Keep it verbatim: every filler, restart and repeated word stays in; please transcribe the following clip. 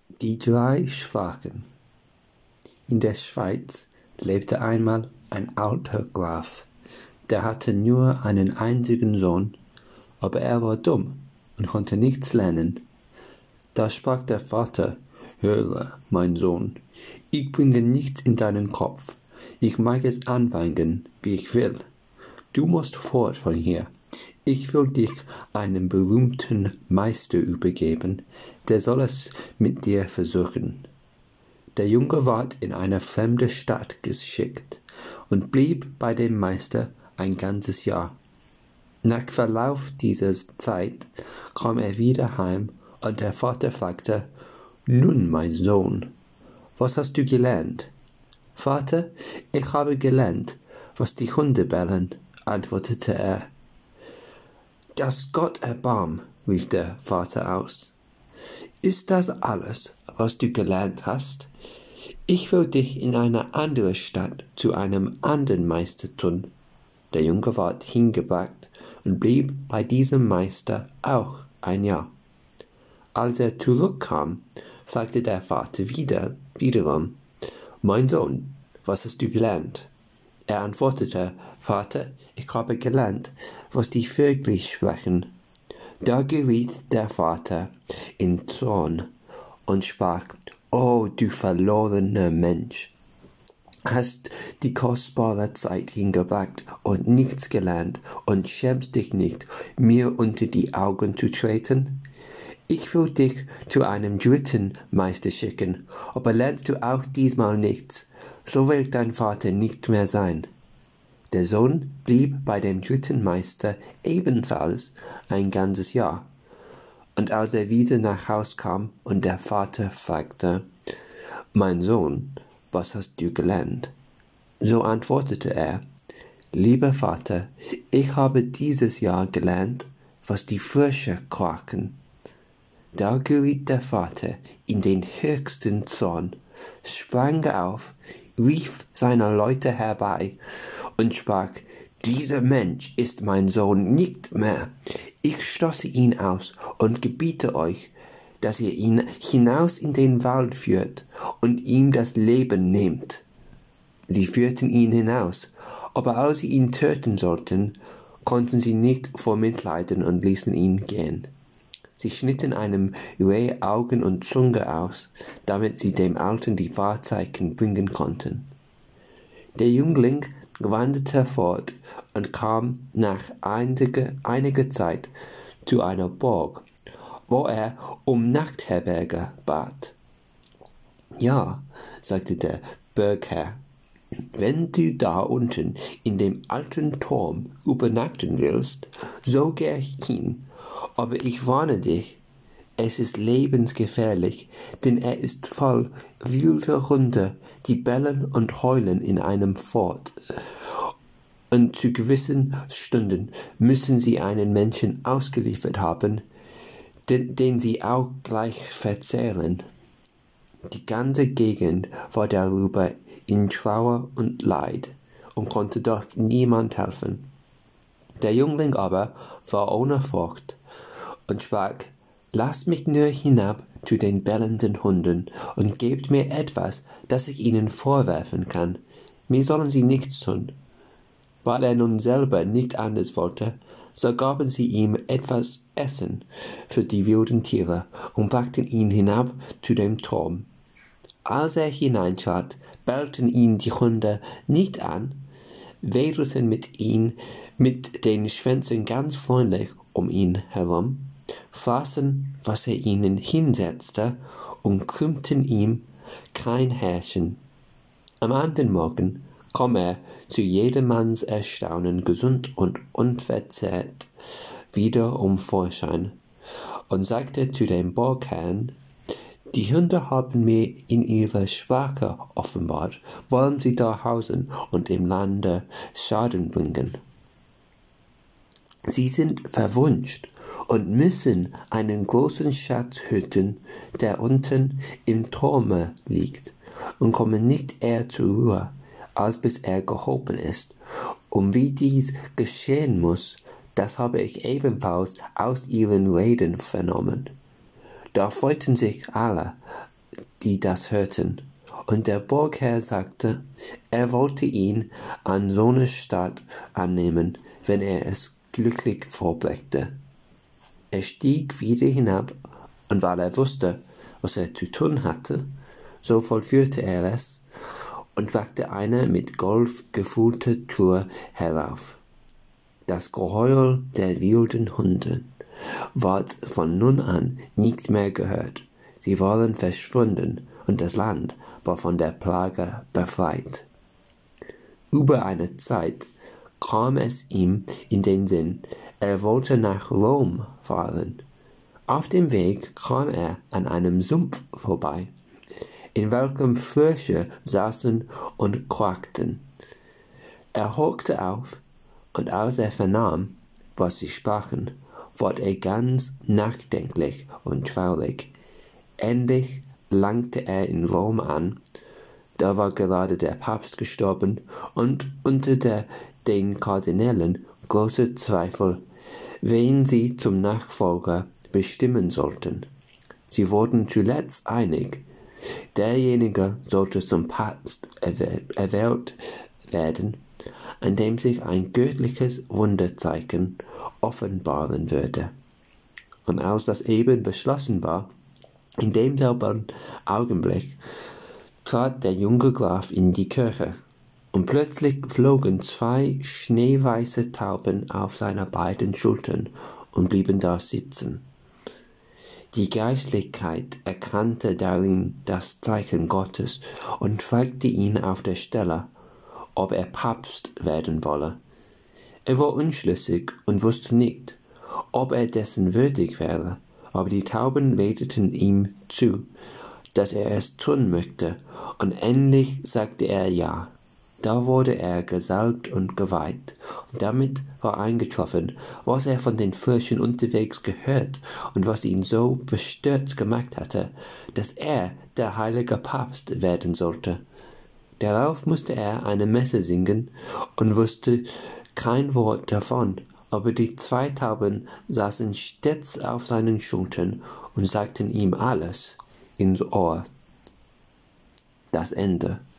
Die drei Schwachen. In der Schweiz lebte einmal ein alter Graf, der hatte nur einen einzigen Sohn, aber er war dumm und konnte nichts lernen. Da sprach der Vater: »Höre, mein Sohn, ich bringe nichts in deinen Kopf, ich mag es anfangen, wie ich will. Du musst fort von hier. Ich will dich einem berühmten Meister übergeben, der soll es mit dir versuchen.« Der Junge ward in eine fremde Stadt geschickt und blieb bei dem Meister ein ganzes Jahr. Nach Verlauf dieser Zeit kam er wieder heim und der Vater fragte: »Nun, mein Sohn, was hast du gelernt?« »Vater, ich habe gelernt, was die Hunde bellen«, antwortete er. »Dass Gott erbarm«, rief der Vater aus. »Ist das alles, was du gelernt hast? Ich will dich in eine andere Stadt zu einem anderen Meister tun.« Der Junge ward hingebracht und blieb bei diesem Meister auch ein Jahr. Als er zurückkam, fragte der Vater wieder, wiederum: »Mein Sohn, was hast du gelernt?« Er antwortete: »Vater, ich habe gelernt, was die Vögel sprechen.« Da geriet der Vater in Zorn und sprach: »O du verlorener Mensch, hast die kostbare Zeit hingebracht und nichts gelernt und schämst dich nicht, mir unter die Augen zu treten? Ich will dich zu einem dritten Meister schicken, aber lernst du auch diesmal nichts, so will dein Vater nicht mehr sein.« Der Sohn blieb bei dem dritten Meister ebenfalls ein ganzes Jahr. Und als er wieder nach Haus kam und der Vater fragte: »Mein Sohn, was hast du gelernt?« So antwortete er: »Lieber Vater, ich habe dieses Jahr gelernt, was die Frösche quaken.« Da geriet der Vater in den höchsten Zorn, sprang auf, rief seine Leute herbei und sprach: »Dieser Mensch ist mein Sohn nicht mehr. Ich stoße ihn aus und gebiete euch, dass ihr ihn hinaus in den Wald führt und ihm das Leben nehmt.« Sie führten ihn hinaus, aber als sie ihn töten sollten, konnten sie nicht vor Mitleiden und ließen ihn gehen. Sie schnitten einem Reh Augen und Zunge aus, damit sie dem Alten die Wahrzeichen bringen konnten. Der Jüngling wanderte fort und kam nach einiger, einiger Zeit zu einer Burg, wo er um Nachtherberge bat. »Ja«, sagte der Burgherr, »wenn du da unten in dem alten Turm übernachten willst, so geh hin, aber ich warne dich, es ist lebensgefährlich, denn er ist voll wilder Hunde, die bellen und heulen in einem Fort. Und zu gewissen Stunden müssen sie einen Menschen ausgeliefert haben, den, den sie auch gleich verzehren.« Die ganze Gegend war darüber in Trauer und Leid und konnte doch niemand helfen. Der Jüngling aber war ohne Furcht und sprach: »Lasst mich nur hinab zu den bellenden Hunden und gebt mir etwas, das ich ihnen vorwerfen kann. Mir sollen sie nichts tun.« Weil er nun selber nicht anders wollte, so gaben sie ihm etwas Essen für die wilden Tiere und brachten ihn hinab zu dem Turm. Als er hineintrat, bellten ihn die Hunde nicht an, wedelten mit ihm mit den Schwänzen ganz freundlich um ihn herum, fraßen, was er ihnen hinsetzte, und krümmten ihm kein Härchen. Am anderen Morgen kam er zu jedermanns Erstaunen gesund und unverzehrt wieder um Vorschein und sagte zu dem Burgherrn: »Die Hunde haben mir in ihrer Schwäche offenbart, wollen sie da hausen und im Lande Schaden bringen. Sie sind verwünscht und müssen einen großen Schatz hüten, der unten im Turme liegt, und kommen nicht eher zur Ruhe, als bis er gehoben ist. Und wie dies geschehen muss, das habe ich ebenfalls aus ihren Reden vernommen.« Da freuten sich alle, die das hörten. Und der Burgherr sagte, er wollte ihn an Sohnes Statt annehmen, wenn er es glücklich vorbrächte. Er stieg wieder hinab, und weil er wusste, was er zu tun hatte, so vollführte er es und wagte eine mit Gold gefüllte Tür herauf. Das Geheul der wilden Hunde ward von nun an nicht mehr gehört. Sie waren verschwunden, und das Land war von der Plage befreit. Über eine Zeit kam es ihm in den Sinn, er wollte nach Rom fahren. Auf dem Weg kam er an einem Sumpf vorbei, in welchem Frösche saßen und quakten. Er horchte auf, und als er vernahm, was sie sprachen, ward er ganz nachdenklich und traurig. Endlich langte er in Rom an. Da war gerade der Papst gestorben, und unter der, den Kardinälen große Zweifel, wen sie zum Nachfolger bestimmen sollten. Sie wurden zuletzt einig, derjenige sollte zum Papst erwählt werden, an dem sich ein göttliches Wunderzeichen offenbaren würde. Und als das eben beschlossen war, in demselben Augenblick trat der junge Graf in die Kirche, und plötzlich flogen zwei schneeweiße Tauben auf seine beiden Schultern und blieben da sitzen. Die Geistlichkeit erkannte darin das Zeichen Gottes und fragte ihn auf der Stelle, ob er Papst werden wolle. Er war unschlüssig und wusste nicht, ob er dessen würdig wäre, aber die Tauben redeten ihm zu, dass er es tun möchte, und endlich sagte er ja. Da wurde er gesalbt und geweiht, und damit war eingetroffen, was er von den Fröschen unterwegs gehört und was ihn so bestürzt gemacht hatte, dass er der heilige Papst werden sollte. Darauf musste er eine Messe singen und wusste kein Wort davon, aber die zwei Tauben saßen stets auf seinen Schultern und sagten ihm alles ins Ohr. Das Ende.